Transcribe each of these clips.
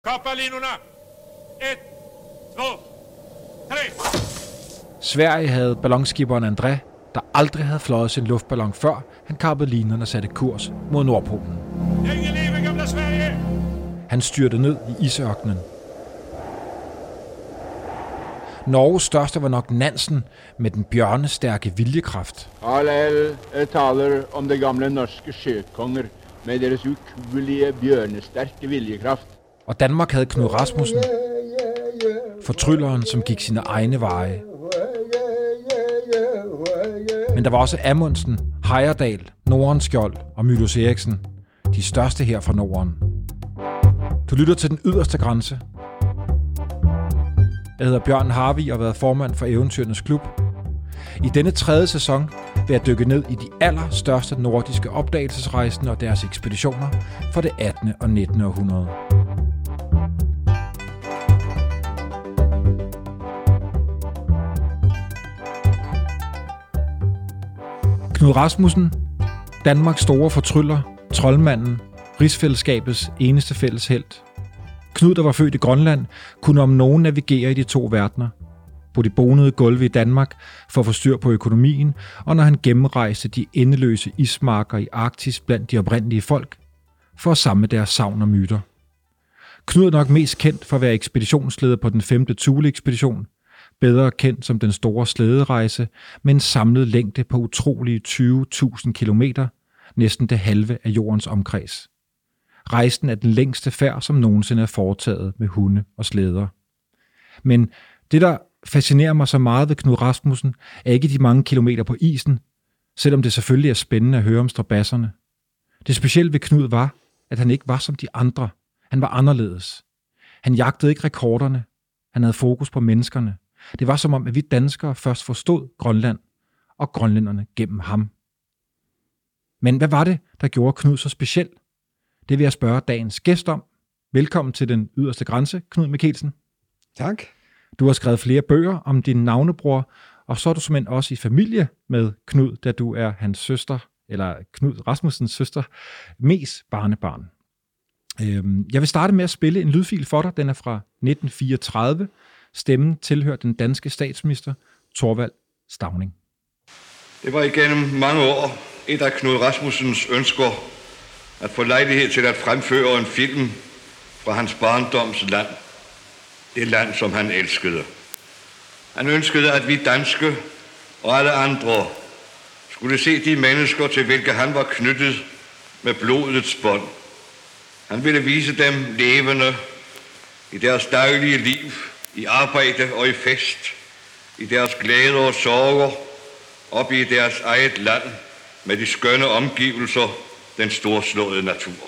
Kappa linorna! 1, 2, 3! Sverige havde ballonskiberen André, der aldrig havde fløjet sin luftballon før, han kappede linerne og satte kurs mod Nordpolen. Længe leve gamle Sverige! Han styrte ned i isørkenen. Norges største var nok Nansen med den bjørnestærke viljekraft. Hallel taler om det gamle norske sjøkonger med deres ukuelige bjørnestærke viljekraft. Og Danmark havde Knud Rasmussen, fortrylleren, som gik sine egne veje. Men der var også Amundsen, Heyerdahl, Nordenskjold og Mylius Eriksen, de største her fra Norden. Du lytter til den yderste grænse. Jeg hedder Bjørn Harvig og har været formand for Eventyrenes Klub. I denne 3. sæson vil jeg dykke ned i de allerstørste nordiske opdagelsesrejsende og deres ekspeditioner fra det 18. og 19. århundrede. Knud Rasmussen, Danmarks store fortryller, troldmanden, rigsfællesskabets eneste fælles helt. Knud, der var født i Grønland, kunne om nogen navigere i de to verdener. På de bonede gulve i Danmark for at få styr på økonomien, og når han gennemrejste de endeløse ismarker i Arktis blandt de oprindelige folk, for at samle deres sagn og myter. Knud er nok mest kendt for at være ekspeditionsleder på den 5. Thule-ekspedition, bedre kendt som den store slæderejse med en samlet længde på utrolige 20.000 kilometer, næsten det halve af jordens omkreds. Rejsen er den længste færd, som nogensinde er foretaget med hunde og slæder. Men det, der fascinerer mig så meget ved Knud Rasmussen, er ikke de mange kilometer på isen, selvom det selvfølgelig er spændende at høre om strabadserne. Det specielle ved Knud var, at han ikke var som de andre. Han var anderledes. Han jagtede ikke rekorderne. Han havde fokus på menneskerne. Det var som om, at vi danskere først forstod Grønland, og grønlænderne gennem ham. Men hvad var det, der gjorde Knud så speciel? Det vil jeg spørge dagens gæst om. Velkommen til den yderste grænse, Knud Mikkelsen. Tak. Du har skrevet flere bøger om din navnebror, og så er du simpelthen også i familie med Knud, da du er hans søster, eller Knud Rasmussens søster, Mes barnebarn. Jeg vil starte med at spille en lydfil for dig. Den er fra 1934. Stemmen tilhører den danske statsminister Thorvald Stauning. Det var igennem mange år et af Knud Rasmussens ønsker at få lejlighed til at fremføre en film fra hans barndoms land. Det land, som han elskede. Han ønskede, at vi danske og alle andre skulle se de mennesker, til hvilke han var knyttet med blodets bånd. Han ville vise dem levende i deres daglige liv, i arbejde og i fest, i deres glæder og sorger, op i deres eget land, med de skønne omgivelser, den storslåede natur.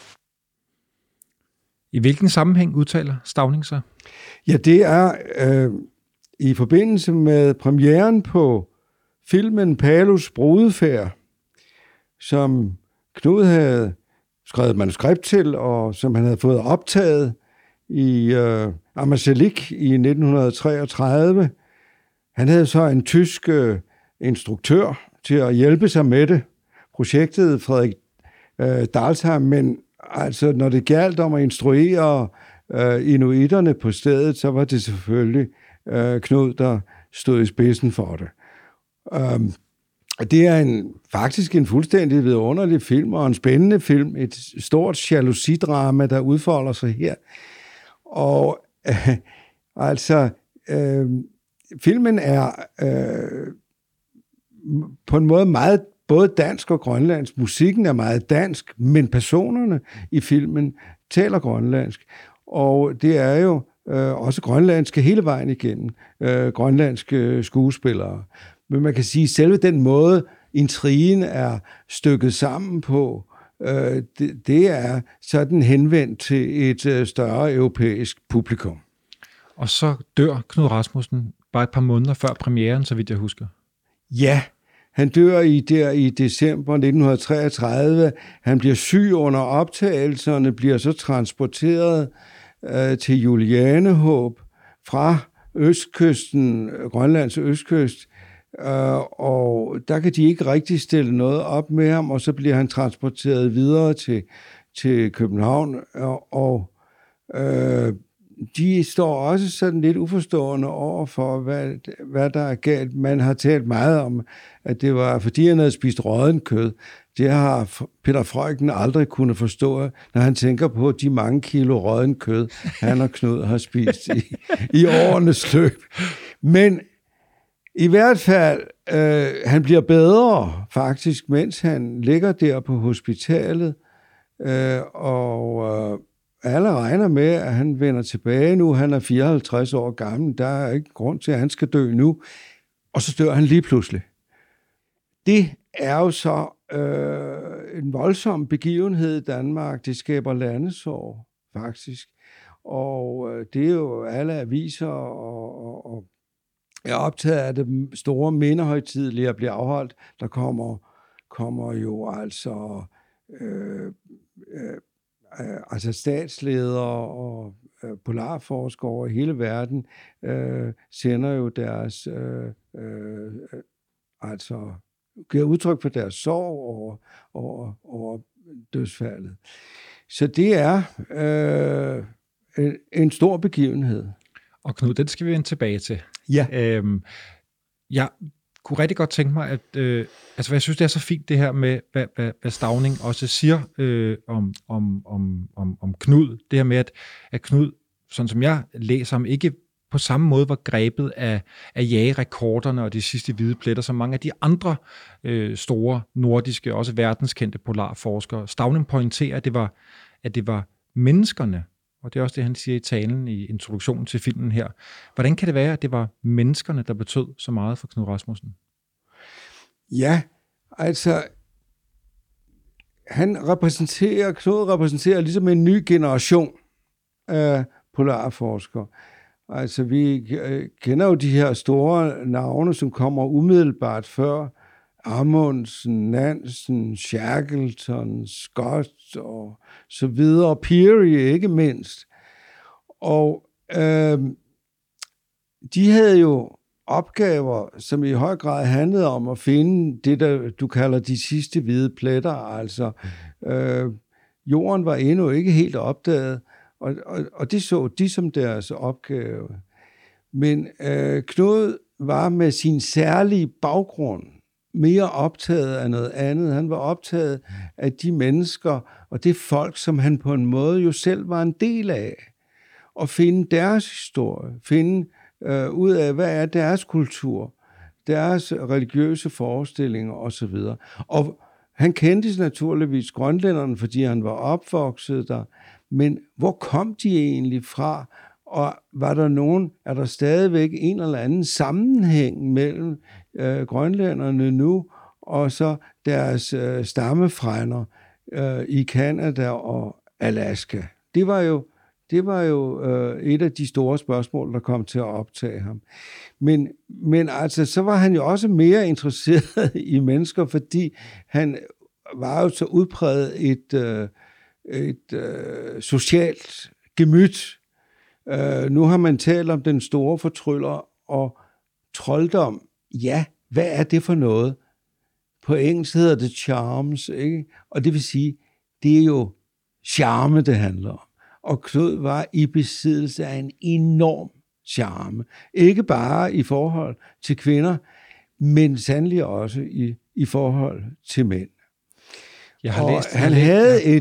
I hvilken sammenhæng udtaler Stauning sig? Ja, det er i forbindelse med premieren på filmen Palus brudefærd, som Knud havde skrevet manuskript til, og som han havde fået optaget i Ammassalik i 1933. Han havde så en tysk instruktør til at hjælpe sig med det, projektet Frederik Dalsheim, men altså når det galt om at instruere inuiterne på stedet, så var det selvfølgelig Knud, der stod i spidsen for det. Det er faktisk en fuldstændig vidunderlig film, og en spændende film, et stort jalousidrama, der udfolder sig her. Og filmen er på en måde meget både dansk og grønlandsk. Musikken er meget dansk, men personerne i filmen taler grønlandsk. Og det er jo også grønlandske hele vejen igennem. Grønlandske skuespillere. Men man kan sige, at selve den måde, intrigen er stykket sammen på, det er sådan henvendt til et større europæisk publikum. Og så dør Knud Rasmussen bare et par måneder før premieren, så vidt jeg husker. Ja, han dør i december 1933. Han bliver syg under optagelserne, bliver så transporteret til Julianehåb fra østkysten, Grønlands østkyst, og der kan de ikke rigtig stille noget op med ham, og så bliver han transporteret videre til København, og de står også sådan lidt uforstående over for, hvad der er galt. Man har talt meget om, at det var, fordi han havde spist rådden kød. Det har Peter Freuchen aldrig kunne forstå, når han tænker på de mange kilo rådden kød, han og Knud har spist i årenes løb. Men i hvert fald, han bliver bedre faktisk, mens han ligger der på hospitalet, og alle regner med, at han vender tilbage nu. Han er 54 år gammel. Der er ikke grund til, at han skal dø nu. Og så dør han lige pludselig. Det er jo så en voldsom begivenhed i Danmark. Det skaber landesorg, faktisk. Og det er jo alle aviser og jeg er optaget af det store mindehøjtidelige at blive afholdt. Der kommer jo altså statsledere og polarforskere over hele verden sender jo deres giver udtryk for deres sorg over dødsfaldet. Så det er en stor begivenhed. Og Knud, den skal vi vende tilbage til. Ja. Jeg kunne rigtig godt tænke mig, at jeg synes, det er så fint det her med, hvad Stauning også siger om Knud. Det her med, at Knud, sådan som jeg læser ham, ikke på samme måde var grebet af jagerekorderne og de sidste hvide pletter, som mange af de andre store nordiske, også verdenskendte polarforskere. Stauning pointerer, at det var menneskerne, og det er også det, han siger i talen i introduktionen til filmen her. Hvordan kan det være, at det var menneskerne, der betød så meget for Knud Rasmussen? Ja, altså, Knud repræsenterer ligesom en ny generation af polarforskere. Altså, vi kender jo de her store navne, som kommer umiddelbart før. Amundsen, Nansen, Shackleton, Scott og så videre. Peary ikke mindst. Og de havde jo opgaver, som i høj grad handlede om at finde det, der du kalder de sidste hvide pletter. Altså, jorden var endnu ikke helt opdaget, og det så de som deres opgave. Men Knud var med sin særlige baggrund mere optaget af noget andet. Han var optaget af de mennesker og det folk, som han på en måde jo selv var en del af. Og finde deres historie, finde ud af, hvad er deres kultur, deres religiøse forestillinger osv. Og han kendte naturligvis grønlænderne, fordi han var opvokset der, men hvor kom de egentlig fra? Og er der stadigvæk en eller anden sammenhæng mellem grønlænderne nu og så deres stammefrænder i Canada og Alaska? Det var jo et af de store spørgsmål, der kom til at optage ham. Men altså, så var han jo også mere interesseret i mennesker, fordi han var jo så udpræget et socialt gemyt. Nu har man talt om den store fortryller og trolddom. Ja, hvad er det for noget? På engelsk hedder det charms, ikke? Og det vil sige, det er jo charme, det handler om. Og Knud var i besiddelse af en enorm charme. Ikke bare i forhold til kvinder, men sandelig også i forhold til mænd. Han havde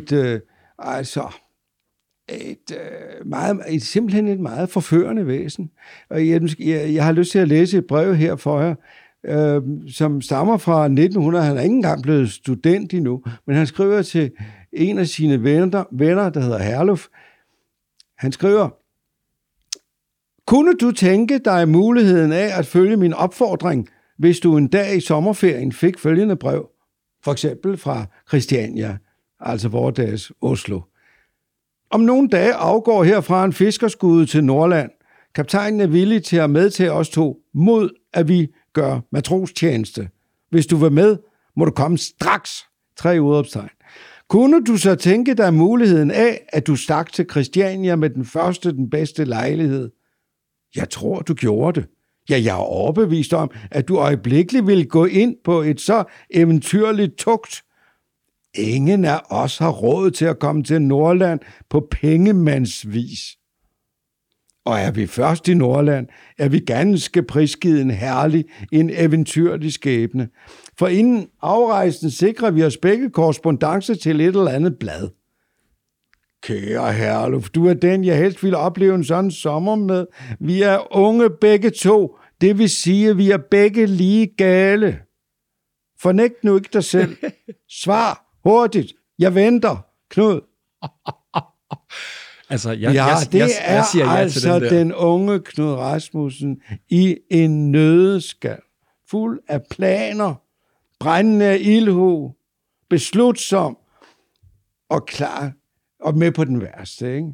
simpelthen et meget forførende væsen. Og jeg har lyst til at læse et brev her for jer, som stammer fra 1900. Han er ikke engang blevet student endnu, men han skriver til en af sine venner, der hedder Herluf. Han skriver: Kunne du tænke dig muligheden af at følge min opfordring, hvis du en dag i sommerferien fik følgende brev? For eksempel fra Christiania, altså vores Oslo. Om nogle dage afgår herfra en fiskerskude til Nordland. Kaptajnen er villig til at medtage os to, mod at vi gør matrostjeneste. Hvis du vil med, må du komme straks. 3 udråbstegn. Kunne du så tænke dig muligheden af, at du stak til Christiania med den bedste lejlighed? Jeg tror, du gjorde det. Ja, jeg er overbevist om, at du øjeblikkeligt ville gå ind på et så eventyrligt tugt. ingen af os har råd til at komme til Nordland på pengemandsvis. Og er vi først i Nordland, er vi ganske prisgivet en eventyrlig skæbne. For inden afrejsen sikrer vi os begge korrespondance til et eller andet blad. Kære Herluf, du er den, jeg helst ville opleve en sådan sommer med. Vi er unge begge to, det vil sige, at vi er begge lige gale. Fornægt nu ikke dig selv. Svar hurtigt. Jeg venter, Knud. Altså, Jeg siger ja altså til den unge Knud Rasmussen i en nøddeskal. Fuld af planer, brændende af ildhu, beslutsom og klar og med på den værste. Ikke?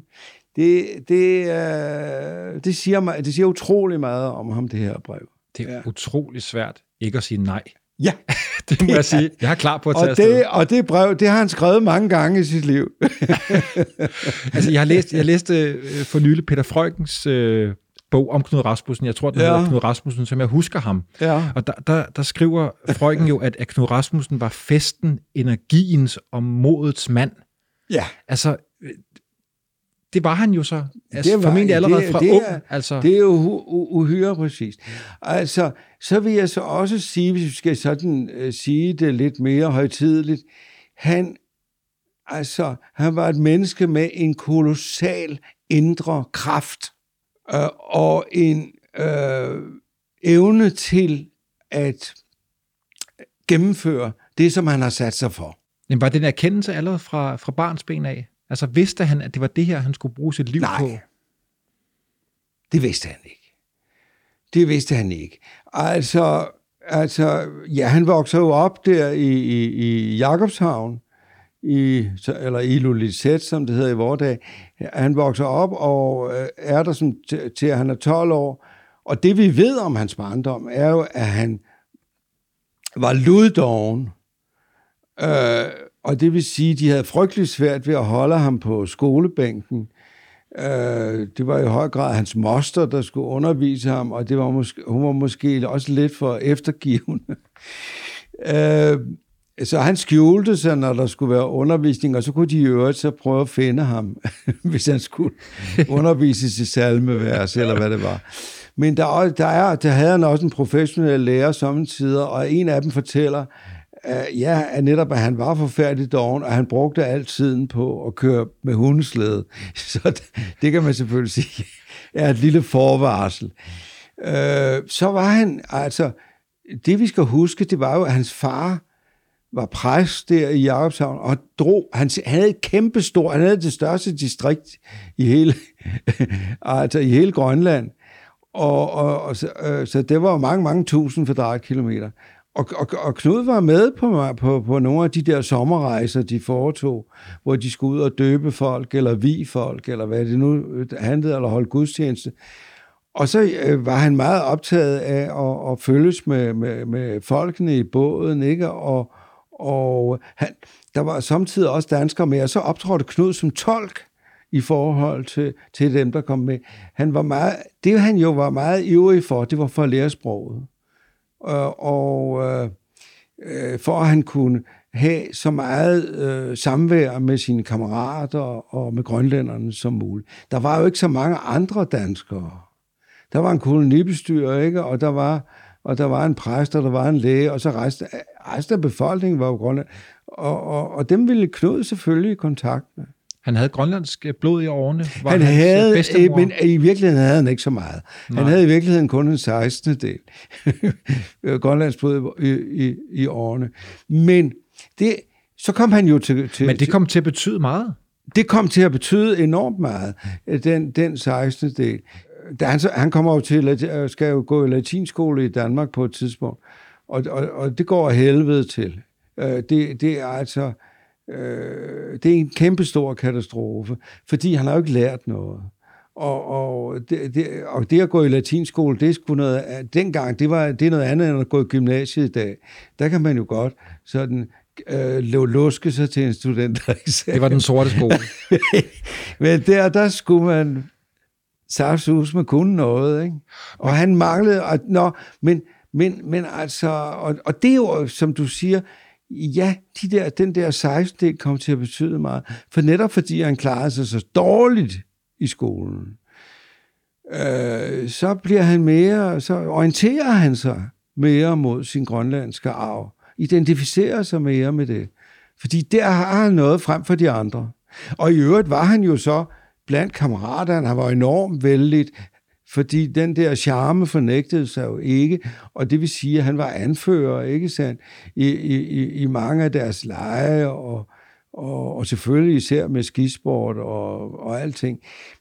Det siger utrolig meget om ham, det her brev. Det er utrolig svært ikke at sige nej. Ja. Det må jeg sige. Jeg er klar på at tage afsted. Og det brev, det har han skrevet mange gange i sit liv. Altså, jeg læste for nylig Peter Freuchens bog om Knud Rasmussen. Jeg tror, den hedder Knud Rasmussen, som jeg husker ham. Ja. Og der skriver Freuchen jo, at Knud Rasmussen var festen, energiens og modets mand. Ja. Altså, det var han jo så. Altså, formentlig allerede fra ung. Altså. Det er jo uhyre præcist. Altså, så vil jeg så også sige, hvis vi skal sådan sige det lidt mere højtideligt, han var et menneske med en kolossal indre kraft og en evne til at gennemføre det, som han har sat sig for. Men var det en erkendelse allerede fra barnsben af? Altså vidste han, at det var det her, han skulle bruge sit liv på? Nej, det vidste han ikke. Det vidste han ikke. Altså, han voksede jo op der i Jakobshavn, eller i Ilulissat, som det hedder i vores dag. Han vokser op og er der som til at han er 12 år. Og det vi ved om hans barndom, er jo, at han var luddoven. Og det vil sige, at de havde frygtelig svært ved at holde ham på skolebænken. Det var i høj grad hans moster, der skulle undervise ham, og hun var måske også lidt for eftergivende. Så han skjulte sig, når der skulle være undervisning, og så kunne de i øvrigt så prøve at finde ham, hvis han skulle undervises i salmevers, eller hvad det var. Men der havde han også en professionel lærer samtidig, og en af dem fortæller, netop at han var forfærdelig doven, og han brugte al tiden på at køre med hundeslæde. Så det kan man selvfølgelig sige er et lille forvarsel. Så var han, altså, det vi skal huske, det var jo, at hans far var præst der i Jakobshavn, og han havde et kæmpestort, han havde det største distrikt i hele Grønland, så det var mange tusind kvadratkilometer. Og Knud var med på nogle af de der sommerrejser, de foretog, hvor de skulle ud og døbe folk, eller vie folk, eller hvad det nu handlede, eller holde gudstjeneste. Og så var han meget optaget af at følges med folkene i båden, ikke? Og der var samtidig også danskere med, og så optrådte Knud som tolk i forhold til dem, der kom med. Det han jo var meget ivrig for, det var for at lære sproget. For at han kunne have så meget samvær med sine kammerater og med grønlænderne som muligt. Der var jo ikke så mange andre danskere. Der var en kolonibestyrer, ikke? Og der var en præst, og der var en læge, og så resten af befolkningen var jo Grønland. Og dem ville Knud selvfølgelig i kontakt med. Han havde grønlandsk blod i årene. Han havde, men i virkeligheden havde han ikke så meget. Nej. Han havde i virkeligheden kun en 16. del grønlandsk blod i årene. Men så kom han jo til... Men det kom til at betyde meget. Det kom til at betyde enormt meget, den 16. del. Han kommer jo skal jo gå i latinskole i Danmark på et tidspunkt, og det går af helvede til. Det er altså... det er en kæmpestor katastrofe, fordi han har jo ikke lært noget. Og det at gå i latinskole, det er sgu noget, dengang, det er noget andet end at gå i gymnasiet i dag. Der kan man jo godt sådan luske sig til en studentereksamen. Det var den sorte skole. Men der skulle man saftsus med kunne noget, ikke? Og han manglede, men altså, og det er jo, som du siger, ja, den der 16 kom til at betyde meget. For netop fordi han klarede sig så dårligt i skolen, så bliver han mere, så orienterer han sig mere mod sin grønlandske arv. Identificerer sig mere med det. Fordi der har han noget frem for de andre. Og i øvrigt var han jo så blandt kammeraterne, han var enormt vældigt, fordi den der charme fornægtede sig jo ikke, og det vil sige, at han var anfører, ikke sandt, i mange af deres lege, og selvfølgelig især med skisport og alting.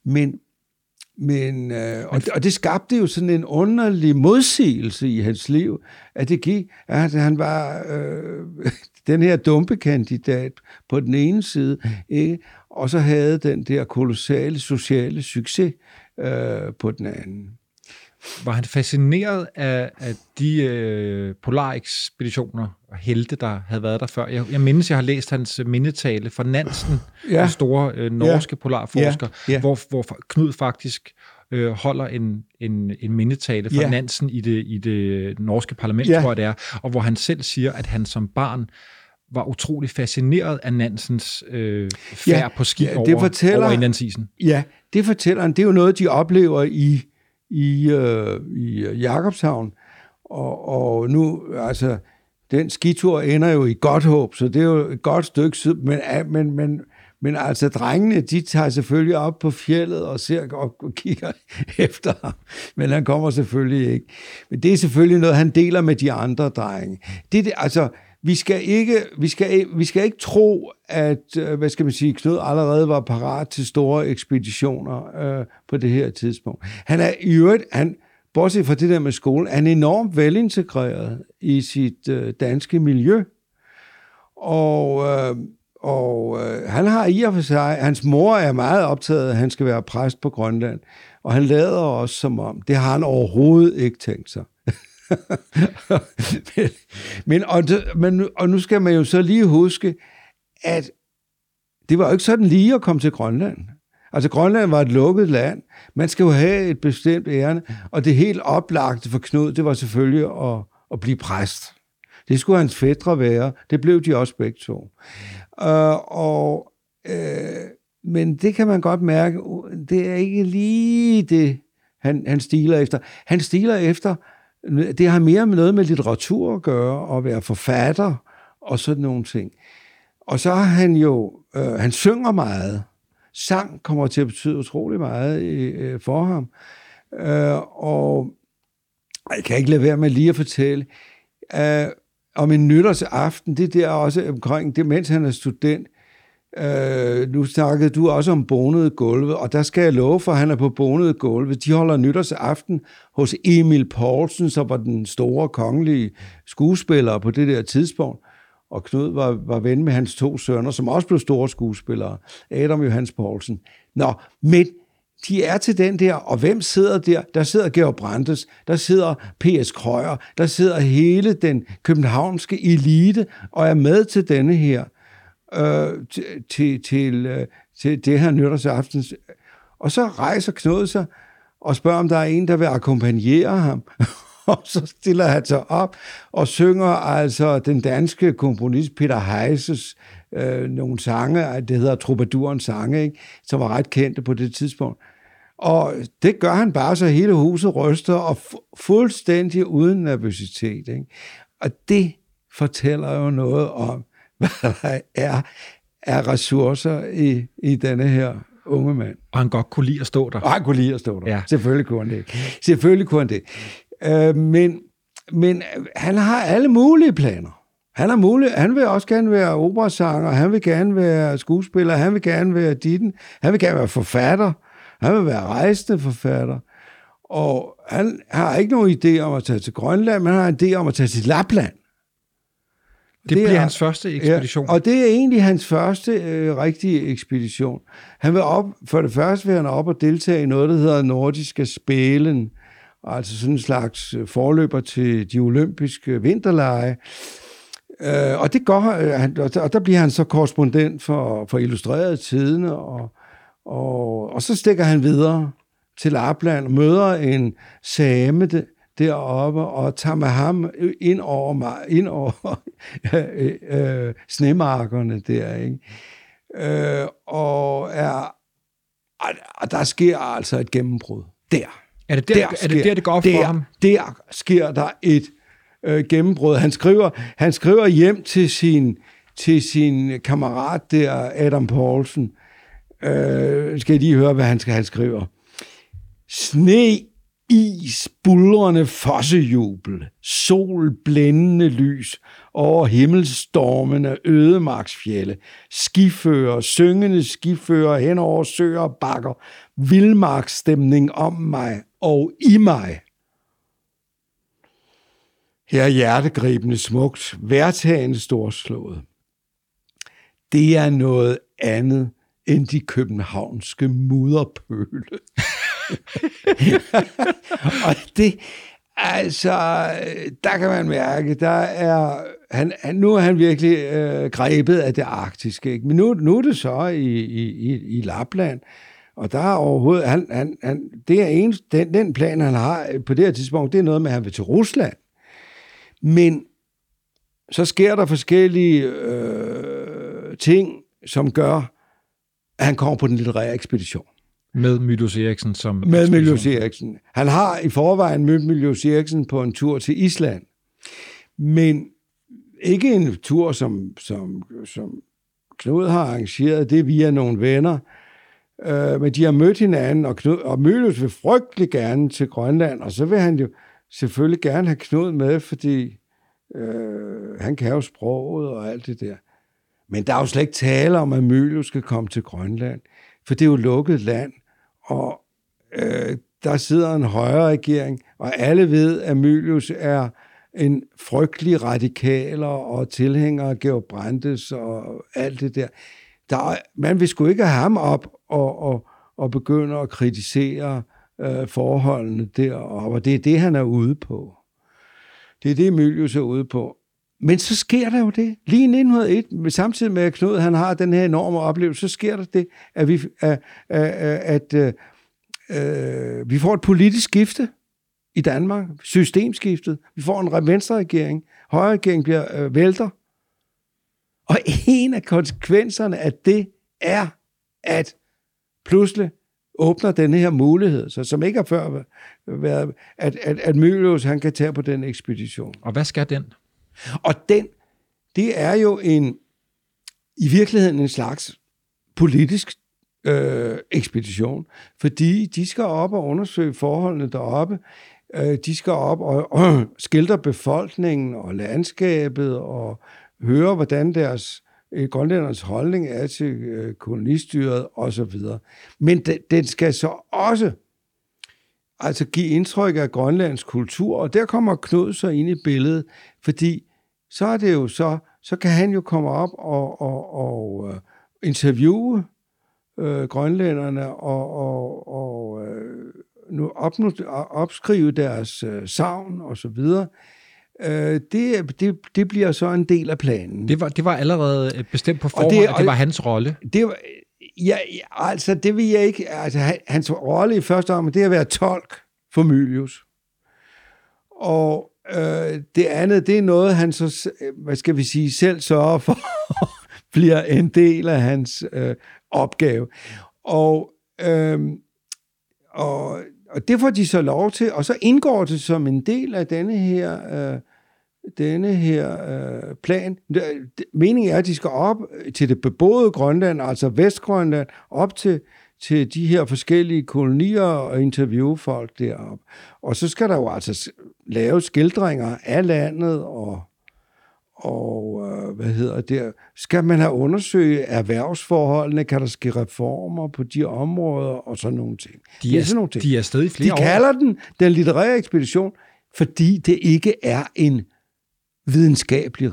Og det skabte jo sådan en underlig modsigelse i hans liv, at det gik, at han var den her dumpekandidat på den ene side, ikke? Og så havde den der kolossale sociale succes på den anden. Var han fascineret af de polarekspeditioner og helte, der havde været der før? Jeg mindes, jeg har læst hans mindetale fra Nansen, den store norske polarforsker, hvor Knud faktisk holder en mindetale fra Nansen i det norske parlament, tror jeg det er, og hvor han selv siger, at han som barn var utrolig fascineret af Nansens færd på ski over indlandsisen. Ja, det fortæller han. Det er jo noget, de oplever i Jakobshavn. Og nu, altså, den skitur ender jo i Godthåb, så det er jo et godt stykke syd, men altså, drengene, de tager selvfølgelig op på fjeldet og ser op og kigger efter ham, men han kommer selvfølgelig ikke. Men det er selvfølgelig noget, han deler med de andre drenge. Altså, vi skal ikke tro, at, hvad skal man sige, Knud allerede var parat til store ekspeditioner på det her tidspunkt. Han er i øvrigt, bortset fra det der med skolen, han er enormt velintegreret i sit danske miljø. Og han har i og for sig, hans mor er meget optaget, at han skal være præst på Grønland, og han lader også som om, det har han overhovedet ikke tænkt sig. Og nu skal man jo så lige huske, at det var jo ikke sådan lige at komme til Grønland. Altså Grønland var et lukket land. Man skal jo have et bestemt ærende, og det helt oplagte for Knud, det var selvfølgelig at blive præst. Det skulle hans fætre være. Det blev de også begge to. Men det kan man godt mærke, det er ikke lige det, han stiler efter. Han stiler efter, det har mere med noget med litteratur at gøre, og være forfatter, og sådan nogle ting. Og så har han jo, han synger meget. Sang kommer til at betyde utrolig meget for ham. Og jeg kan ikke lade være med lige at fortælle, om en nytårsaften, det der også omkring, det mens han er student. Nu snakkede du også om bonede gulve, og der skal jeg love for, at han er på bonede gulve. De holder nytårsaften hos Emil Poulsen, som var den store kongelige skuespiller på det der tidspunkt. Og Knud var ven med hans 2 sønner, som også blev store skuespillere. Adam og Johannes Poulsen. Nå, men de er til den der, og hvem sidder der? Der sidder Georg Brandes, der sidder P.S. Krøyer, der sidder hele den københavnske elite, og er med til denne her, til det her nytårsaftens. Og så rejser Knud sig og spørger, om der er en, der vil akkompagnere ham. Og så stiller han sig op og synger altså den danske komponist Peter Heises nogle sange, det hedder Troubadourens sange, ikke? Som var ret kendte på det tidspunkt. Og det gør han bare, så hele huset ryster, og fuldstændig uden nervøsitet. Ikke? Og det fortæller jo noget om, hvad der er af ressourcer i denne her unge mand. Og han godt kunne lide at stå der. Og han kunne lide at stå der. Ja. Selvfølgelig kunne han det. Selvfølgelig kunne han det. Men han har alle mulige planer. Han vil også gerne være operasanger, han vil gerne være skuespiller, han vil gerne være ditten, han vil gerne være forfatter, han vil være rejsende forfatter. Og han har ikke nogen idé om at tage til Grønland, men han har en idé om at tage til Lapland. Det bliver hans første ekspedition. Ja, og det er egentlig hans første rigtige ekspedition. For det første vil han op og deltage i noget, der hedder Nordiske Spelen, altså sådan en slags forløber til de olympiske vinterlege. Og det går han, og der bliver han så korrespondent for Illustreret Tidende, og så stikker han videre til Lapland og møder en same deroppe og tager med ham ind over snemarkerne der, ikke? Og der sker altså et gennembrud. Er det der, det går op for ham? Der sker der et gennembrud. Han skriver hjem til sin kammerat der, Adam Poulsen. Skal I lige høre, hvad han skriver? Sne, is, buldrende fossejubel, sol, blændende lys over himmelstormende ødemarksfjelde, skifører, syngende skifører hen over søer og bakker, vildmarksstemning om mig og i mig. Her er hjertegribende smukt, vejrtagende storslået. Det er noget andet end de københavnske mudderpøle. Og det, altså, der kan man mærke, nu er han virkelig grebet af det arktiske, ikke? Men nu er det så i Lapland, og der er overhovedet, det er den plan, han har på det her tidspunkt, det er noget med, at han vil til Rusland. Men så sker der forskellige ting, som gør, at han kommer på den litterære ekspedition. Med Mylius Eriksen som Med Mylius Eriksen. Han har i forvejen mødt Mylius Eriksen på en tur til Island. Men ikke en tur, som Knud har arrangeret, det er via nogle venner. Men de har mødt hinanden, og Mylius vil frygtelig gerne til Grønland, og så vil han jo selvfølgelig gerne have Knud med, fordi han kan jo sproget og alt det der. Men der er jo slet ikke tale om, at Mylius skal komme til Grønland, for det er jo lukket land, og der sidder en højre regering, og alle ved, at Mylius er en frygtelig radikaler og tilhænger af Georg Brandes og alt det der. Man vil sgu ikke have ham op og begynde at kritisere forholdene deroppe, og det er det, han er ude på. Det er det, Mylius er ude på. Men så sker der jo det. Lige i 1901, samtidig med at Knud han har den her enorme oplevelse, så sker der det, at vi får et politisk skifte i Danmark. Systemskiftet. Vi får en venstreregering. Højreregeringen bliver vælter. Og en af konsekvenserne af det er, at pludselig åbner denne her mulighed, så som ikke har før været, at Mylius han kan tage på den ekspedition. Og hvad skal den? Og det er jo i virkeligheden en slags politisk ekspedition, fordi de skal op og undersøge forholdene deroppe. De skal op og skildre befolkningen og landskabet og høre, hvordan grønlændernes holdning er til kolonistyret osv. Men den skal så også give indtryk af Grønlands kultur, og der kommer Knud så ind i billedet, fordi så er det jo så kan han jo komme op og interviewe grønlænderne og opskrive deres savn og så videre. Det bliver så en del af planen. Det var allerede bestemt på forhånd, og det var hans rolle. Det vil jeg ikke. Altså, hans rolle i første omgang, det er at være tolk for Mylius. Og det andet, det er noget, han så, hvad skal vi sige, selv sørger for, bliver en del af hans opgave. Og det får de så lov til, og så indgår det som en del af denne her plan. Meningen er, at de skal op til det beboede Grønland, altså Vestgrønland, op til de her forskellige kolonier og interviewe folk deroppe. Og så skal der jo altså lave skildringer af landet, og skal man have undersøgt erhvervsforholdene, kan der ske reformer på de områder, og sådan nogle ting. De er stadig flere år. De kalder den litterære ekspedition, fordi det ikke er en videnskabelig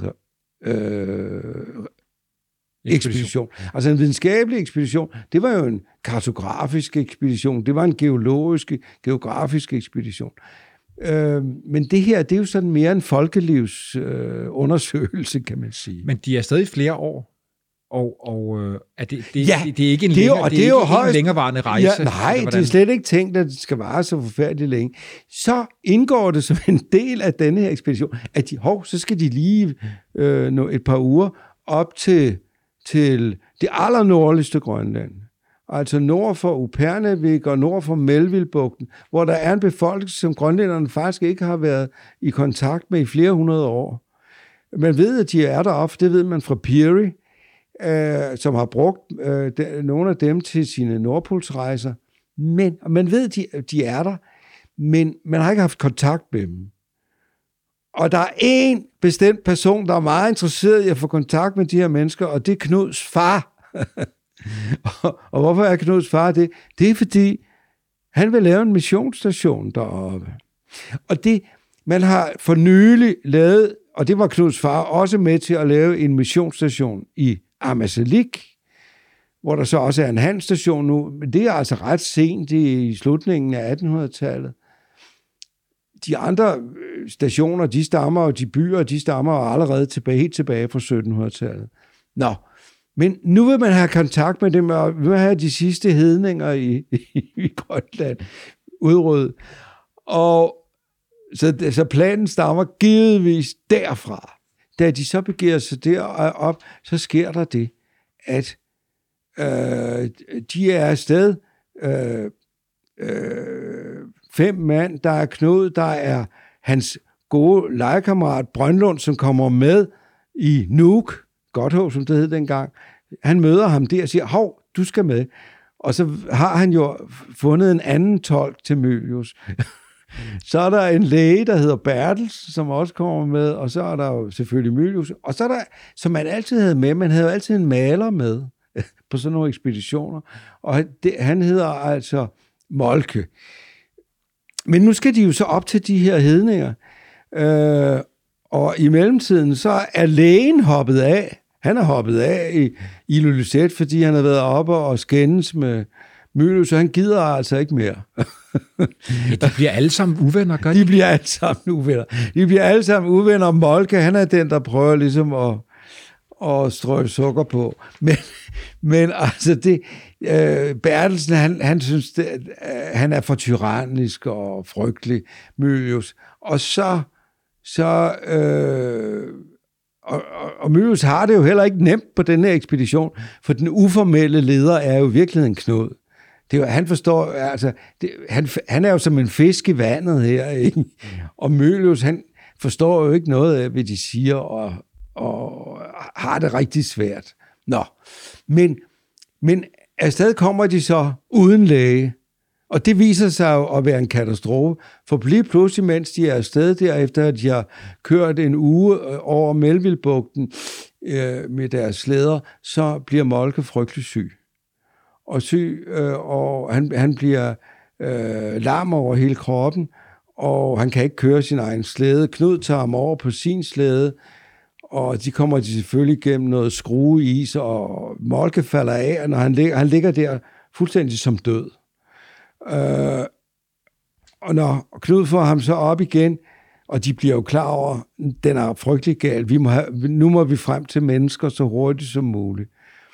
ekspedition. Altså en videnskabelig ekspedition, det var jo en kartografisk ekspedition, det var en geografisk ekspedition. Men det her, det er jo sådan mere en folkelivsundersøgelse, kan man sige. Men de er stadig flere år er det er ikke en længerevarende rejse? Ja, nej, det er slet ikke tænkt, at det skal vare så forfærdeligt længe. Så indgår det som en del af denne her ekspedition, at så skal de lige nå et par uger op til det allernordligste Grønland. Altså nord for Upernavik og nord for Melvillebugten, hvor der er en befolkning, som grønlænderne faktisk ikke har været i kontakt med i flere hundrede år. Man ved, at de er deroppe, det ved man fra Peary, som har brugt nogle af dem til sine nordpolsrejser. Men man ved, at de er der, men man har ikke haft kontakt med dem. Og der er en bestemt person, der er meget interesseret i at få kontakt med de her mennesker, og det er Knuds far. Og hvorfor er Knuds far det? Det er, fordi han vil lave en missionsstation deroppe. Og det, man har for nylig lavet, og det var Knuds far også med til at lave en missionsstation i Ammassalik, hvor der så også er en handelsstation nu, men det er altså ret sent i slutningen af 1800-tallet. De andre stationer, de stammer, og de byer, de stammer allerede helt tilbage fra 1700-tallet. Nå, men nu vil man have kontakt med dem, og vil have de sidste hedninger i Grønland udryddet. Og så planen stammer givetvis derfra. Da de så begiver sig derop, så sker der det, at de er afsted 5 mand, der er Knud, der er hans gode legekammerat Brønlund, som kommer med i Nuuk, Godthåb, som det hed dengang. Han møder ham der og siger, hov, du skal med. Og så har han jo fundet en anden tolk til Mylius. Så er der en læge, der hedder Bertels, som også kommer med, og så er der jo selvfølgelig Mylius. Og så er der, som man altid havde med, man havde jo altid en maler med på sådan nogle ekspeditioner, og han hedder altså Moltke. Men nu skal de jo så op til de her hedninger, og i mellemtiden så er lægen hoppet af. Han er hoppet af i Ilulissat, fordi han har været oppe og skændes med Mylius, så han gider altså ikke mere. Ja, de bliver alle sammen uvenner, gør de? De bliver alle sammen uvenner. Moltke, han er den, der prøver ligesom at strøge sukker på. Men altså det... Bertelsen, han synes, han er for tyrannisk og frygtelig, Mylius. Og og Mylius har det jo heller ikke nemt på den her ekspedition, for den uformelle leder er jo i virkeligheden Knud. Han forstår, altså, han er jo som en fisk i vandet her, ikke? Og Mylius, han forstår jo ikke noget af, hvad de siger, og har det rigtig svært. Nå, men afsted kommer de så uden læge, og det viser sig jo at være en katastrofe, for lige pludselig, mens de er afsted derefter, at de har kørt en uge over Melvillebugten med deres slæder, så bliver Moltke frygtelig syg. Og han bliver lam over hele kroppen, og han kan ikke køre sin egen slæde. Knud tager ham over på sin slæde, og de kommer selvfølgelig igennem noget skrueis, og Moltke falder af, og når han ligger der fuldstændig som død. Og når Knud får ham så op igen, og de bliver jo klar over, den er frygtelig gal, nu må vi frem til mennesker så hurtigt som muligt.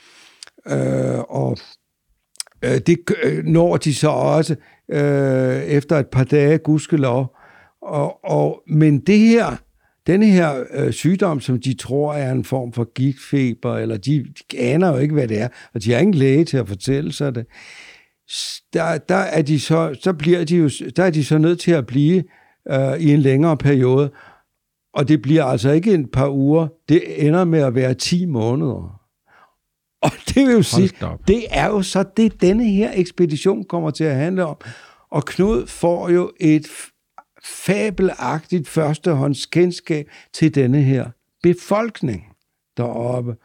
Det når de så også efter et par dage, gudskelov. Men denne her sygdom, som de tror er en form for gigtfeber, eller de aner jo ikke, hvad det er, og de har ingen læge til at fortælle sig det, der er de så nødt til at blive i en længere periode, og det bliver altså ikke et par uger, det ender med at være 10 måneder. Og det vil jo sige, det er jo så det, denne her ekspedition kommer til at handle om. Og Knud får jo et fabelagtigt førstehåndskendskab til denne her befolkning deroppe.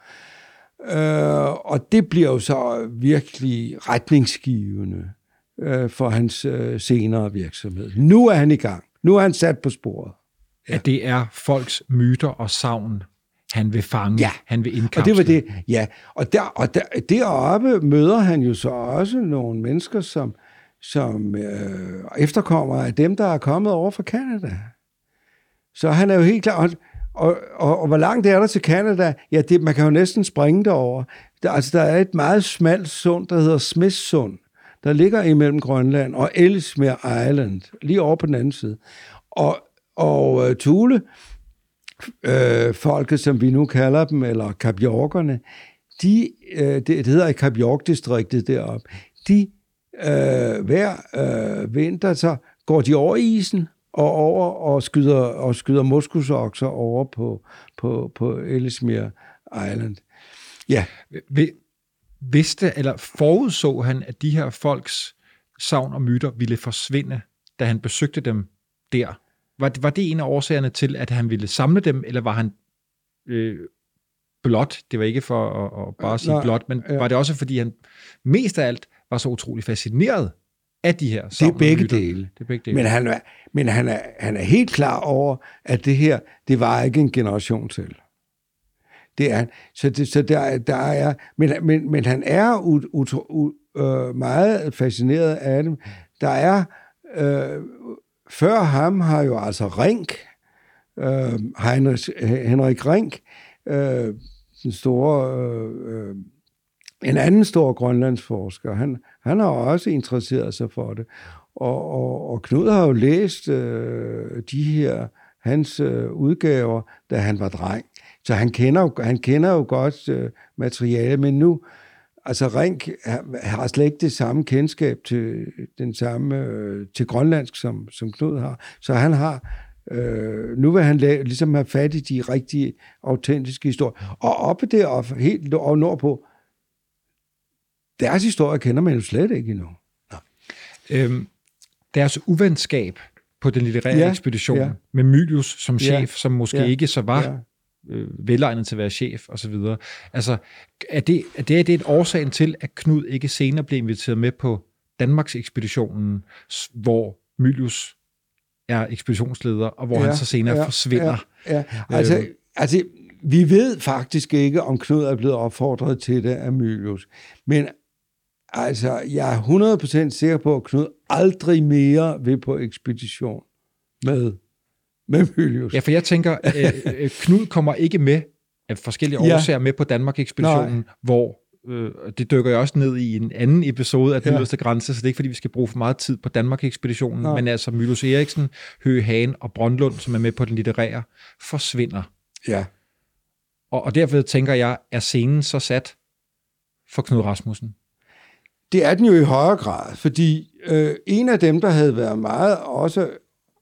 Og det bliver jo så virkelig retningsgivende for hans senere virksomhed. Nu er han i gang. Nu er han sat på sporet. Ja. At det er folks myter og sagn, han vil fange, ja. Han vil indkapsle. Og det var det, ja. Og deroppe møder han jo så også nogle mennesker, som efterkommer af dem, der er kommet over fra Canada. Så han er jo helt klar. Og hvor langt er der til Canada? Ja, man kan jo næsten springe derover. Der er et meget smalt sund, der hedder Smithsund, der ligger imellem Grønland og Ellesmere Island, lige over på den anden side. Og Thule, folket, som vi nu kalder dem, eller Kapjorkerne, det hedder Kap York-distriktet deroppe, hver vinter, så går de over isen og skyder moskusokser over på Ellesmere Island. Ja. Vidste eller forudså han, at de her folks sagn og myter ville forsvinde, da han besøgte dem der? Var det en af årsagerne til, at han ville samle dem, eller var han blot? Det var ikke for at bare sige blot, men var det også, fordi han mest af alt var så utrolig fascineret af de her sagn og myter? Det er begge dele. Men han er helt klar over, at det her, det var ikke en generation til. Det er så der er, men han er meget fascineret af dem. Der er før ham har jo altså Rinck, Henrik Rinck, den store, en anden stor grønlandsforsker. Han har også interesseret sig for det. Og Knud har jo læst hans udgaver, da han var dreng. Så han kender jo godt materiale, men nu, altså Rinck har slet ikke det samme kendskab til til grønlandsk, som Knud har. Så han har, nu vil han ligesom have fat i de rigtige, autentiske historier. Og oppe deroppe, helt og nordpå, deres historie kender man jo slet ikke endnu. Deres uvenskab på den litterære ekspedition med Mylius som chef, som måske ikke så var velegnet til at være chef og så videre. Altså, er det et årsagen til, at Knud ikke senere blev inviteret med på Danmarks ekspeditionen, hvor Mylius er ekspeditionsleder, og hvor han så senere forsvinder? Ja. Altså, vi ved faktisk ikke, om Knud er blevet opfordret til det af Mylius. Men altså, jeg er 100% sikker på, at Knud aldrig mere vil på ekspedition med Mylius. Ja, for jeg tænker, Knud kommer ikke med af forskellige årsager med på Danmark-ekspeditionen, hvor det dykker jeg også ned i en anden episode af Den Yderste Grænse, så det er ikke, fordi vi skal bruge for meget tid på Danmark-ekspeditionen, men altså Mylius Eriksen, Høgh Hahn og Brøndlund, som er med på den litterære, forsvinder. Ja. Og derfor tænker jeg, er scenen så sat for Knud Rasmussen? Det er den jo i højere grad, fordi en af dem, der havde været meget også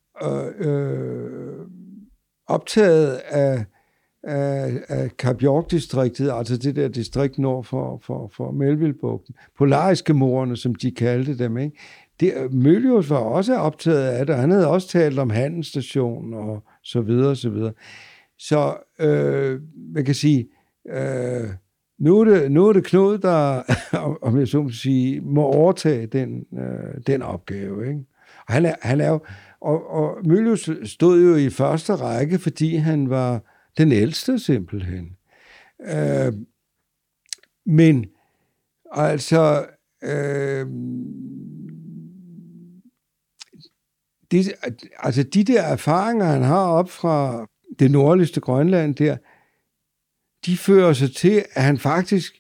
optaget af Kap York-distriktet, altså det der distrikt nord for Melvillebugten, Polariske-morerne, som de kaldte dem, ikke? Mylius var også optaget af det, han havde også talt om handelsstationen og så videre, så videre. Så man kan sige, nu er det Knud, der, om jeg så må sige, må overtage den opgave, ikke? Og han er jo, og Mylius stod jo i første række, fordi han var den ældste simpelthen. Men altså, de der erfaringer, han har op fra det nordligste Grønland der, de fører sig til, at han faktisk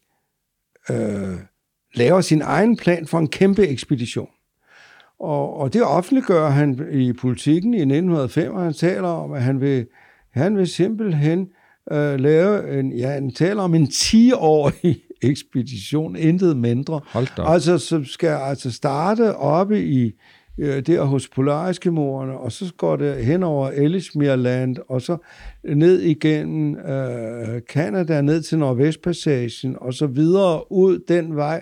laver sin egen plan for en kæmpe ekspedition. Og det offentliggør han i Politikken i 1905, og han taler om, at han vil simpelthen lave han taler om en 10-årig ekspedition, intet mindre. Altså, som skal starte oppe i der hos Polariske-morerne, og så går det hen over Ellesmere-land, og så ned igennem Canada, ned til Nordvestpassagen, og så videre ud den vej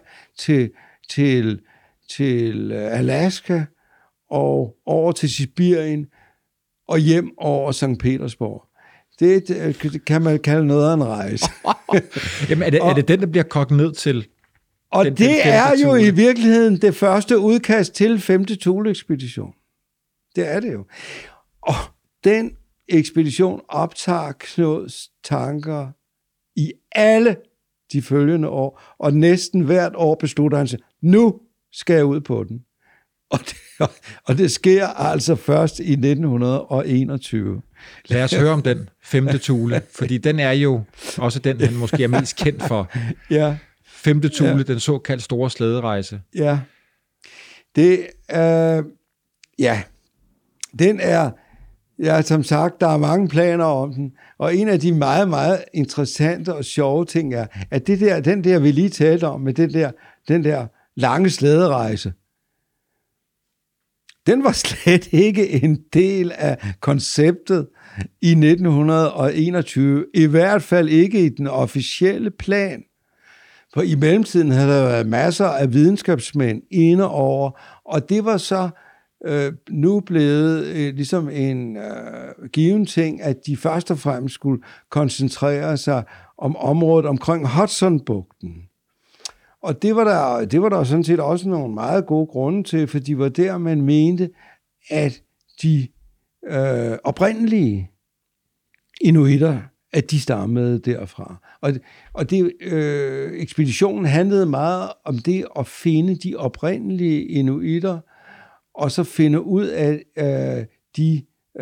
til Alaska, og over til Sibirien, og hjem over Sankt Petersborg. Det kan man kalde noget af en rejse. Jamen, er det den, der bliver kogt ned til? Og det er jo i virkeligheden det første udkast til 5. Thule-ekspedition. Det er det jo. Og den ekspedition optager Knuds tanker i alle de følgende år, og næsten hvert år beslutter han sig, nu skal jeg ud på den. Og det sker altså først i 1921. Lad os høre om den 5. Thule, fordi den er jo også den, han måske er mest kendt for. Ja. 5. Thule, den såkaldt store slæderejse. Ja. Det ja. Den er, ja, som sagt, der er mange planer om den, og en af de meget, meget interessante og sjove ting er, at den der, vi lige talte om, med den der lange slæderejse, den var slet ikke en del af konceptet i 1921, i hvert fald ikke i den officielle plan. For i mellemtiden havde der været masser af videnskabsmænd inde over, og det var så nu blevet ligesom en given ting, at de først og fremmest skulle koncentrere sig om området omkring Hudsonbugten. Og det var der sådan set også nogle meget gode grunde til, for de var der, man mente, at de oprindelige inuitter, at de stammede derfra. Og det, ekspeditionen handlede meget om det at finde de oprindelige inuitter, og så finde ud af de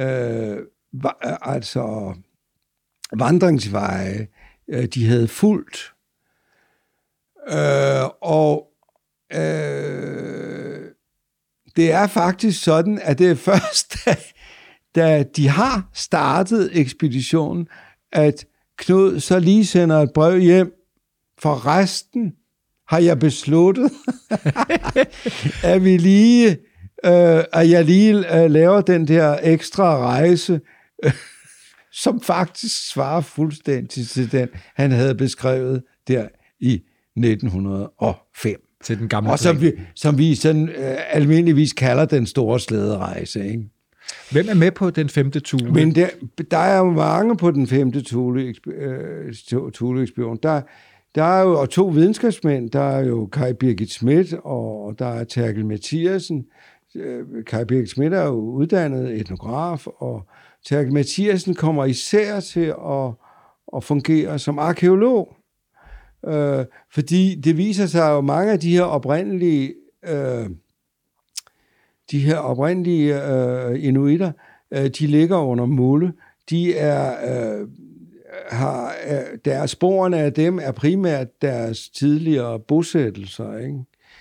vandringsveje, de havde fulgt. Det er faktisk sådan, at det er først, da de har startet ekspeditionen, at Knud så lige sender et brev hjem. For resten har jeg besluttet, at jeg lige laver den der ekstra rejse, som faktisk svarer fuldstændig til den, han havde beskrevet der i 1905. Til den gamle og som vi sådan almindeligvis kalder den store slæderejse, ikke? Hvem er med på den 5. Thule? Men der er jo mange på den 5. Thule-ekspedition. Der er jo 2 videnskabsmænd. Der er jo Kai Birgit Schmidt, og der er Terkel Mathiasen. Kai Birgit Schmidt er jo uddannet etnograf, og Terkel Mathiasen kommer især til at fungere som arkæolog. Fordi det viser sig jo, mange af de her oprindelige inuitter, de ligger under mulde. Sporene af dem er primært deres tidligere bosættelser, ikke?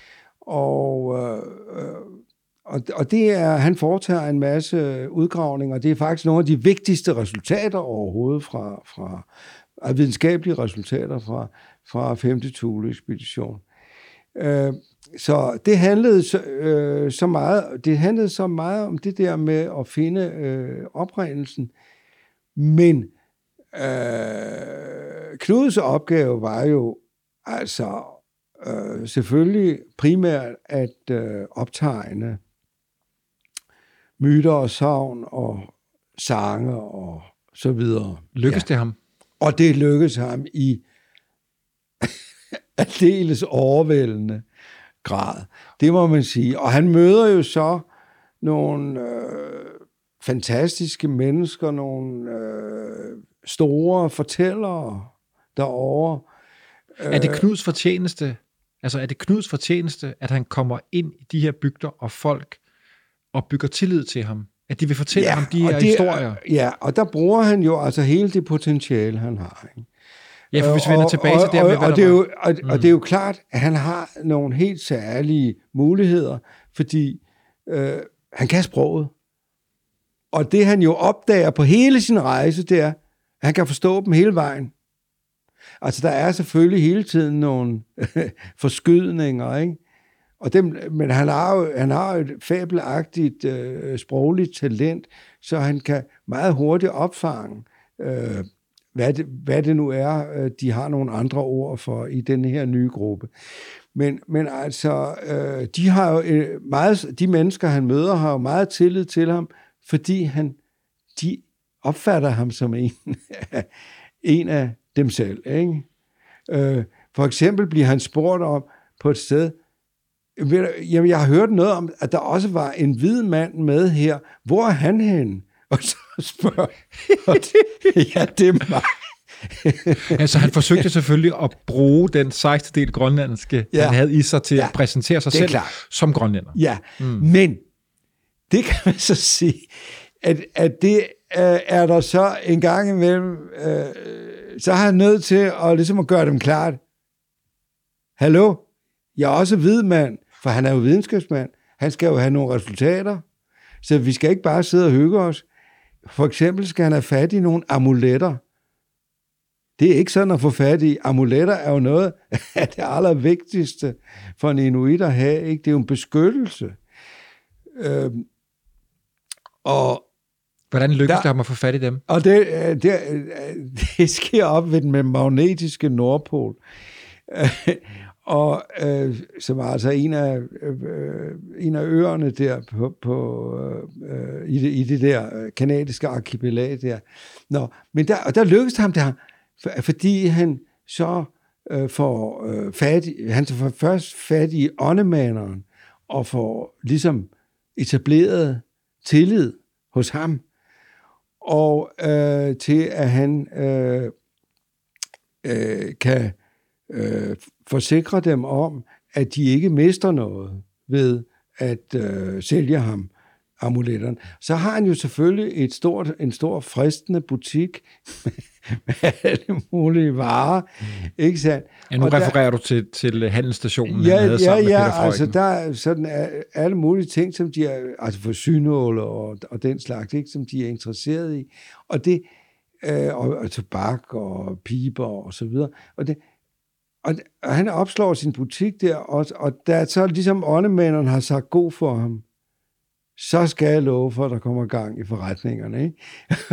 Og det er, han foretager en masse udgravninger, og det er faktisk nogle af de vigtigste resultater overhovedet fra videnskabelige resultater fra 5. Thule-ekspedition. Så det handlede så meget om det der med at finde oprindelsen, men Knuds opgave var jo altså selvfølgelig primært at optegne myter og sagn og sange og så videre. Lykkedes det ham? Og det lykkedes ham i aldeles overvældende grad. Det må man sige. Og han møder jo så nogle fantastiske mennesker, nogle store fortællere derovre. Er det Knuds fortjeneste? Altså er det Knuds fortjeneste, at han kommer ind i de her bygder og folk og bygger tillid til ham? At de vil fortælle ham de her historier? Ja, og der bruger han jo altså hele det potentiale, han har. Ikke? Ja, for hvis vi vender tilbage til det med, og det er jo klart, at han har nogle helt særlige muligheder, fordi han kan sproget. Og det han jo opdager på hele sin rejse, det er, at han kan forstå dem hele vejen. Altså der er selvfølgelig hele tiden nogle forskydninger, ikke? Og men han har jo et fabelagtigt sprogligt talent, så han kan meget hurtigt opfange, hvad det nu er, de har nogle andre ord for i den her nye gruppe. Men altså, de mennesker, han møder, har jo meget tillid til ham, fordi de opfatter ham som en af dem selv. Ikke? For eksempel bliver han spurgt om på et sted, jamen, jeg har hørt noget om, at der også var en hvid mand med her. Hvor er han henne? Og så spørger ja, det er mig. Altså, han forsøgte selvfølgelig at bruge den 16. del grønlandske, han havde i sig til at præsentere sig selv som grønlænder. Ja, men det kan man så sige, at det er der så en gang imellem, så er han nødt til at gøre dem klart. Hallo, jeg er også hvid mand, for han er jo videnskabsmand. Han skal jo have nogle resultater, så vi skal ikke bare sidde og hygge os. For eksempel skal han have fat i nogle amuletter. Det er ikke sådan at få fat i. Amuletter er jo noget af det allervigtigste for en inuit at have. Ikke? Det er jo en beskyttelse. Og hvordan lykkes det ham at få fat i dem? Og det sker op ved den magnetiske Nordpol. Og som er altså en af øerne der i det der kanadiske arkipelag der. Men der lykkedes ham der, fordi han så får først fat i åndemaneren og får ligesom etableret tillid hos ham, og til at han kan forsikre dem om, at de ikke mister noget ved at sælge ham amuletterne. Så har han jo selvfølgelig en stor fristende butik med alle mulige varer, ikke sandt? Ja, nu refererer du til handelsstationen, han havde sammen med Peter Freuchen. Altså der er sådan alle mulige ting, som de er, altså for synåle og den slags, ikke, som de er interesseret i, og det og tobak og piber og så videre, og han opslår sin butik der, og da så ligesom åndemændene har sagt god for ham, så skal jeg love for, at der kommer gang i forretningerne. Ikke?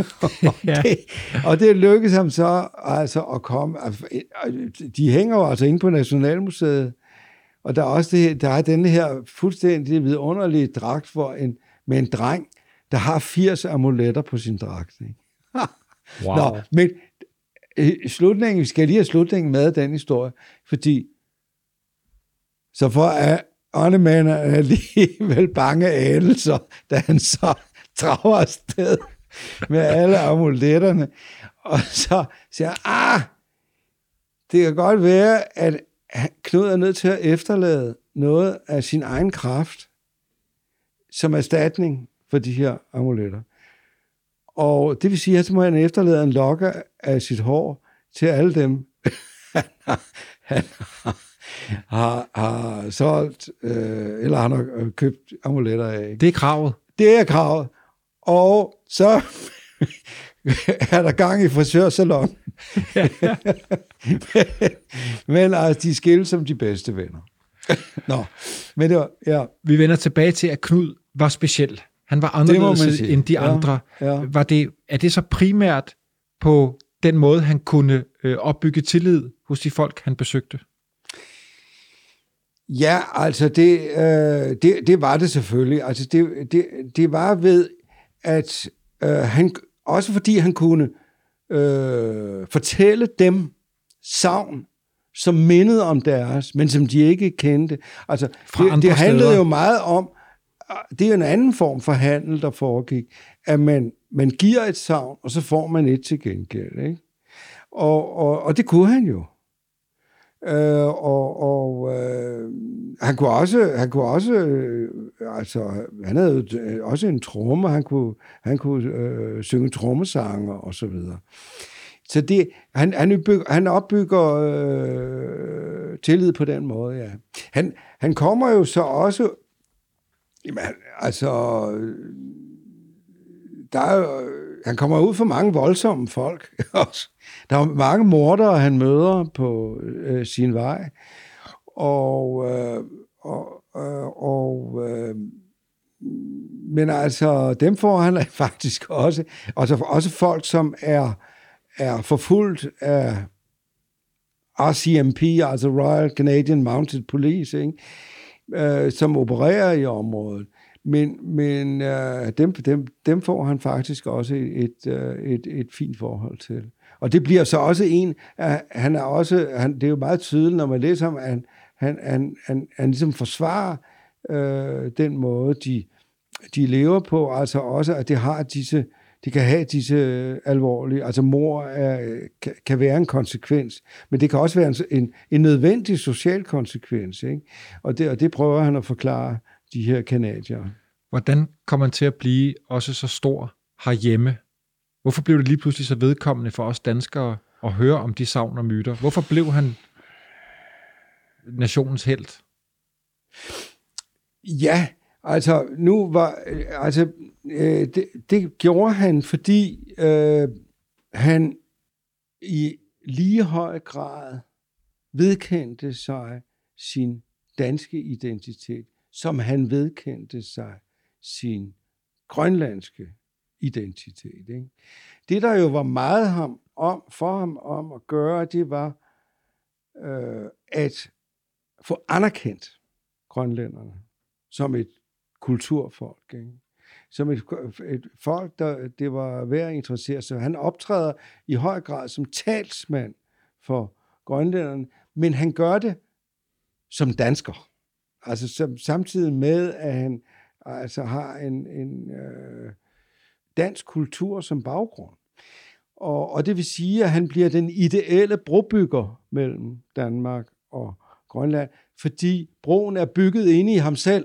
og det lykkedes ham så altså at komme. De hænger jo altså inde på Nationalmuseet, og der er også der er denne her fuldstændig vidunderlige dragt med en dreng, der har 80 amuletter på sin dragt. Ikke? Wow. Nå, men vi skal lige have slutningen med den historie, fordi så for at åndemanden er alligevel bange anelser, da han så drager afsted med alle amuletterne, og så siger det kan godt være, at Knud er nødt til at efterlade noget af sin egen kraft som erstatning for de her amuletter. Og det vil sige, at så må han efterlade en lokke af sit hår til alle dem, han har solgt, eller han har købt amuletter af. Det er kravet. Det er kravet. Og så er der gang i frisørsalon. men altså, de skilles som de bedste venner. Men det var, ja. Vi vender tilbage til, at Knud var speciel. Han var anderledes end de andre. Ja. Er det så primært på den måde, han kunne opbygge tillid hos de folk, han besøgte? Ja, altså det var det selvfølgelig. Altså det var ved, at han, også fordi han kunne fortælle dem sagn, som mindede om deres, men som de ikke kendte. Altså det handlede jo meget om, det er en anden form for handel, der foregik, at man giver et sagn, og så får man et til gengæld, ikke? Og det kunne han jo. Han kunne også altså han havde også en tromme, han kunne synge trommesange og så videre. Så det han opbygger tillid på den måde, ja. Han kommer jo så også, jamen, altså han kommer ud for mange voldsomme folk også. Der er mange mordere, han møder på sin vej, men altså dem får han faktisk også, også folk, som er forfulgt af RCMP, altså Royal Canadian Mounted Police, ikke? Som opererer i området. Men dem får han faktisk også et fint forhold til. Og det bliver så også det er jo meget tydeligt, når man læser ham, at han ligesom forsvarer den måde, de lever på, altså også, at det kan have disse alvorlige, altså mord kan være en konsekvens, men det kan også være en nødvendig social konsekvens, ikke? Og det prøver han at forklare de her canadiere. Hvordan kommer han til at blive også så stor herhjemme? Hvorfor blev det lige pludselig så vedkommende for os danskere at høre om de sagn og myter? Hvorfor blev han nationens helt? Ja, altså det gjorde han, fordi han i lige høj grad vedkendte sig sin danske identitet, som han vedkendte sig sin grønlandske identitet. Ikke? Det, der jo var meget for ham om at gøre, det var at få anerkendt grønlænderne som et kulturfolk. Ikke? Som et folk, der det var værd at interessere sig. Han optræder i høj grad som talsmand for grønlænderne, men han gør det som dansker. Altså samtidig med, at han altså har en dansk kultur som baggrund. Og det vil sige, at han bliver den ideelle brobygger mellem Danmark og Grønland, fordi broen er bygget inde i ham selv.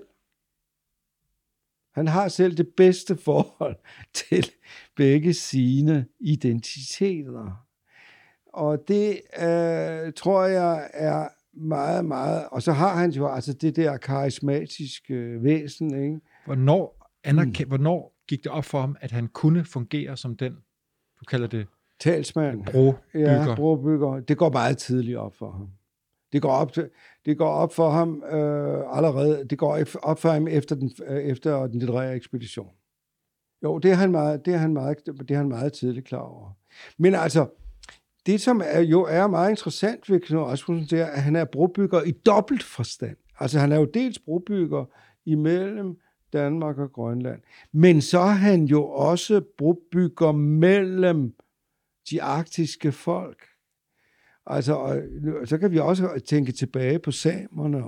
Han har selv det bedste forhold til begge sine identiteter. Og det tror jeg er meget, meget... Og så har han jo altså det der karismatiske væsen, ikke? Hvornår gik det op for ham, at han kunne fungere som den, du kalder det... Talsmand. Brobygger. Ja, brobygger. Det går meget tidligt op for ham. Det går op for ham allerede. Det går op for ham efter den litterære ekspedition. Jo, det er han meget tidligt klar over. Men altså, det som er meget interessant ved Knud Rasmussen, det er, at han er brobygger i dobbelt forstand. Altså, han er jo dels brobygger imellem Danmark og Grønland, men så er han jo også brobygger mellem de arktiske folk. Altså, og så kan vi også tænke tilbage på samerne,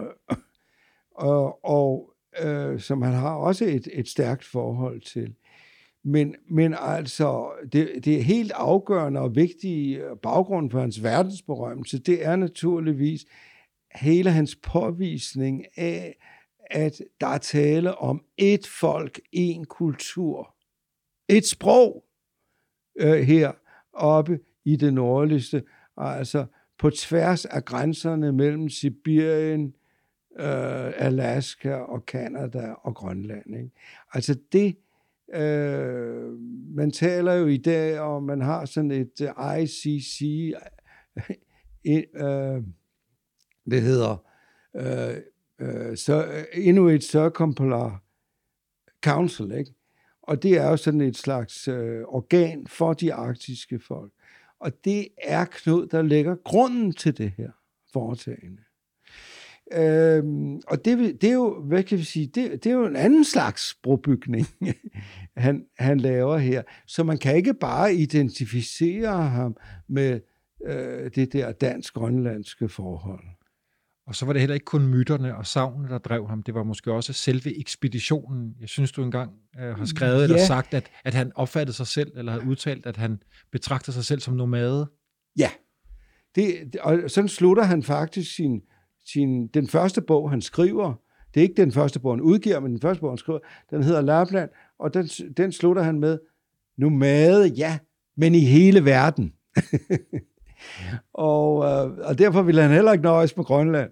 og som han har også et stærkt forhold til. Men altså, det er helt afgørende og vigtige baggrund for hans verdensberømmelse, det er naturligvis hele hans påvisning af, at der er tale om et folk, en kultur, et sprog her oppe i det nordligste, altså på tværs af grænserne mellem Sibirien, Alaska og Canada og Grønland. Ikke? Altså det, man taler jo i dag om, man har sådan et ICC, det hedder Inuit Circumpolar Council, ikke? Og det er jo sådan et slags organ for de arktiske folk. Og det er Knud, der lægger grunden til det her foretagende. Og det er jo, hvad kan vi sige, det er jo en anden slags brobygning, han laver her. Så man kan ikke bare identificere ham med det der dansk-grønlandske forhold. Og så var det heller ikke kun myterne og sagnene, der drev ham. Det var måske også selve ekspeditionen. Jeg synes, du engang har skrevet eller sagt, at han opfattede sig selv, eller havde udtalt, at han betragter sig selv som nomade. Ja, og sådan slutter han faktisk den første bog, han skriver. Det er ikke den første bog, han udgiver, men den første bog, han skriver. Den hedder Lapland, og den slutter han med nomade, ja, men i hele verden. Og derfor ville han heller ikke nøjes med Grønland.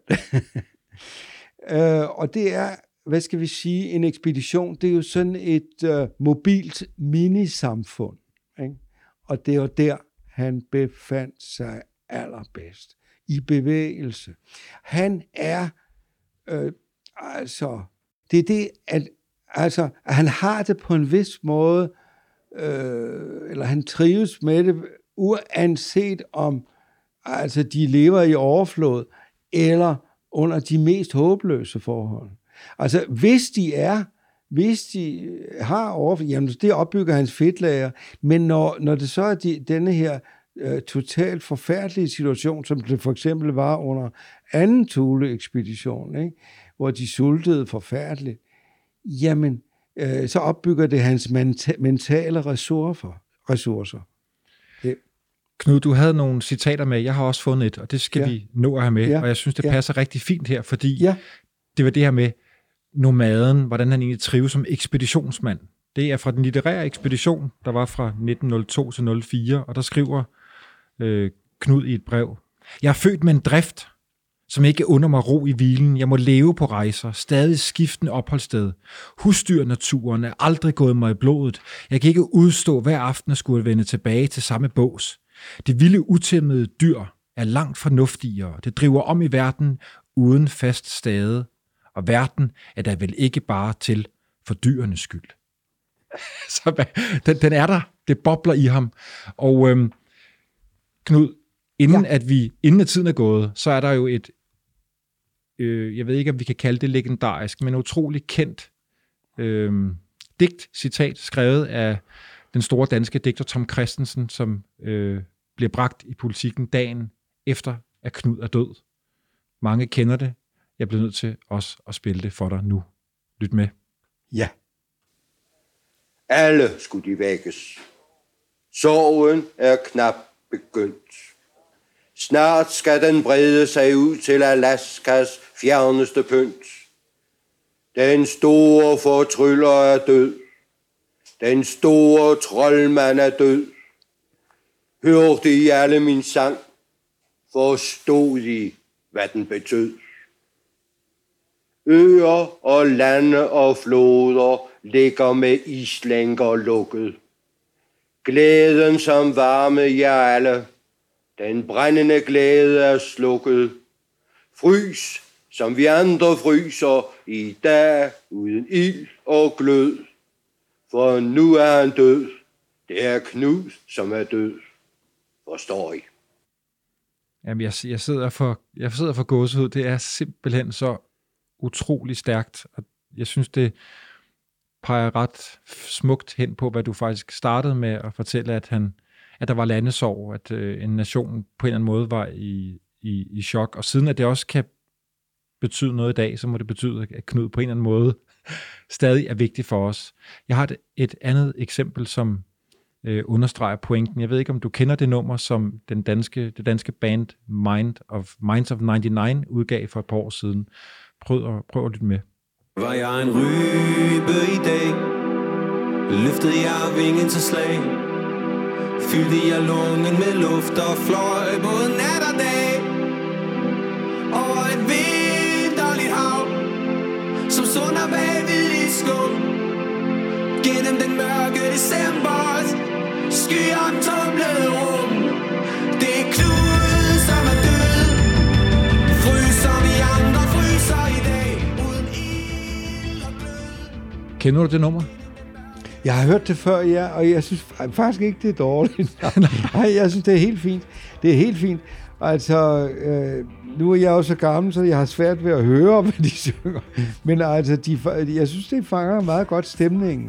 Og det er, hvad skal vi sige, en ekspedition, det er jo sådan et mobilt minisamfund. Ikke? Og det var der, han befandt sig allerbedst. I bevægelse. Han er, det er det, at han har det på en vis måde, eller han trives med det, uanset om de lever i overflod, eller under de mest håbløse forhold. Altså, hvis de har overflod, jamen det opbygger hans fedtlager, men når det så er denne her totalt forfærdelige situation, som det for eksempel var under anden Thule-ekspedition, ikke? Hvor de sultede forfærdeligt, jamen, så opbygger det hans mentale ressourcer. Det. Knud, du havde nogle citater med, jeg har også fundet et, og det skal vi nå at have med, og jeg synes, det passer rigtig fint her, fordi det var det her med nomaden, hvordan han egentlig trives som ekspeditionsmand. Det er fra den litterære ekspedition, der var fra 1902 til 04, og der skriver Knud i et brev: Jeg er født med en drift, som ikke under mig ro i hvilen. Jeg må leve på rejser, stadig skiftende opholdssted. Husdyrnaturen er aldrig gået mig i blodet. Jeg kan ikke udstå hver aften at skulle vende tilbage til samme bås. Det vilde utæmmede dyr er langt fornuftigere. Det driver om i verden uden fast stade, og verden er der vel ikke bare til for dyrenes skyld. Så den er der. Det bobler i ham. Og Knud, inden at tiden er gået, så er der jo et, jeg ved ikke, om vi kan kalde det legendarisk, men utrolig kendt digt-citat, skrevet af den store danske digter Tom Christensen, som bliver bragt i Politikken dagen efter, at Knud er død. Mange kender det. Jeg bliver nødt til også at spille det for dig nu. Lyt med. Ja. Alle skulle de vækkes. Sorgen er knap begyndt. Snart skal den brede sig ud til Alaskas fjerneste pynt. Den store fortryller er død. Den store troldmand er død. Hørte I alle min sang? Forstod I, hvad den betød? Øer og lande og floder ligger med islænker lukket. Glæden som varme jer alle, den brændende glæde er slukket. Frys, som vi andre fryser i dag uden ild og glød. For nu er han død, det er Knud, som er død. Forstår I? Jamen, jeg sidder for gåsehud. Det er simpelthen så utrolig stærkt, og jeg synes, det peger ret smukt hen på, hvad du faktisk startede med at fortælle, at der var landesorg, at en nation på en eller anden måde var i chok, og siden at det også kan betyde noget i dag, så må det betyde, at Knud på en eller anden måde stadig er vigtig for os. Jeg har et andet eksempel, som understreger pointen. Jeg ved ikke, om du kender det nummer, som det danske band Minds of 99 udgav for et par år siden. Prøv at lytte med. Var jeg en rybe i dag, løftede jeg vingen til slag, fyldte jeg lungen med luft og fløj både nat og dag, over et vinterligt hav, som sunder bagved i skum, gennem den mørke decembers skyer tumlede rum. Det er Knud, som er død, fryser vi andre fryser i dag. Kender du det nummer? Jeg har hørt det før, ja, og jeg synes faktisk ikke, det er dårligt. Nej, jeg synes, det er helt fint. Det er helt fint. Altså, nu er jeg jo så gammel, så jeg har svært ved at høre, hvad de synger. Men altså, jeg synes, det fanger meget godt stemningen.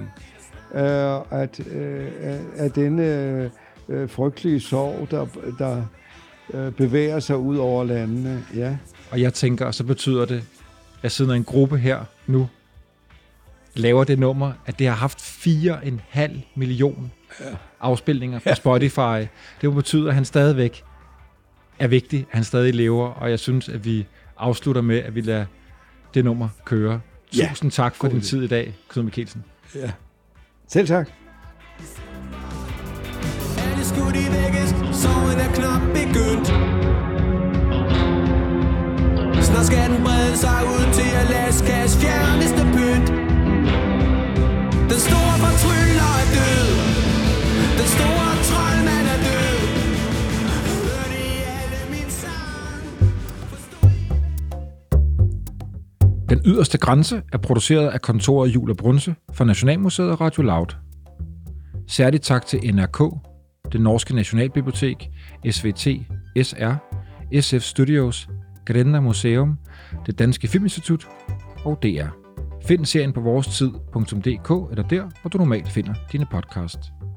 At denne frygtelige sorg, der bevæger sig ud over landene. Ja. Og jeg tænker, så betyder det, at siden en gruppe her nu laver det nummer, at det har haft 4,5 million afspilninger på Spotify. Det betyder, at han stadigvæk er vigtig, at han stadig lever, og jeg synes, at vi afslutter med, at vi lader det nummer køre. Tusind tak for din tid i dag, Knud Mikkelsen. Ja. Selv tak. Alle skulle de vækkes, sorgen er knap begyndt. Snart skal den brede sig ud til Alaskas fjerneste pynt. Den store fortryller er død. Den store troldmand er død. Hørte I alle min sang? Den yderste grænse er produceret af kontoret Jul og Brunse for Nationalmuseet og Radio Loud. Særligt tak til NRK, det norske Nationalbibliotek, SVT, SR, SF Studios, Grenna Museum, det Danske Filminstitut og DR. Find serien på vorestid.dk eller der, hvor du normalt finder dine podcast.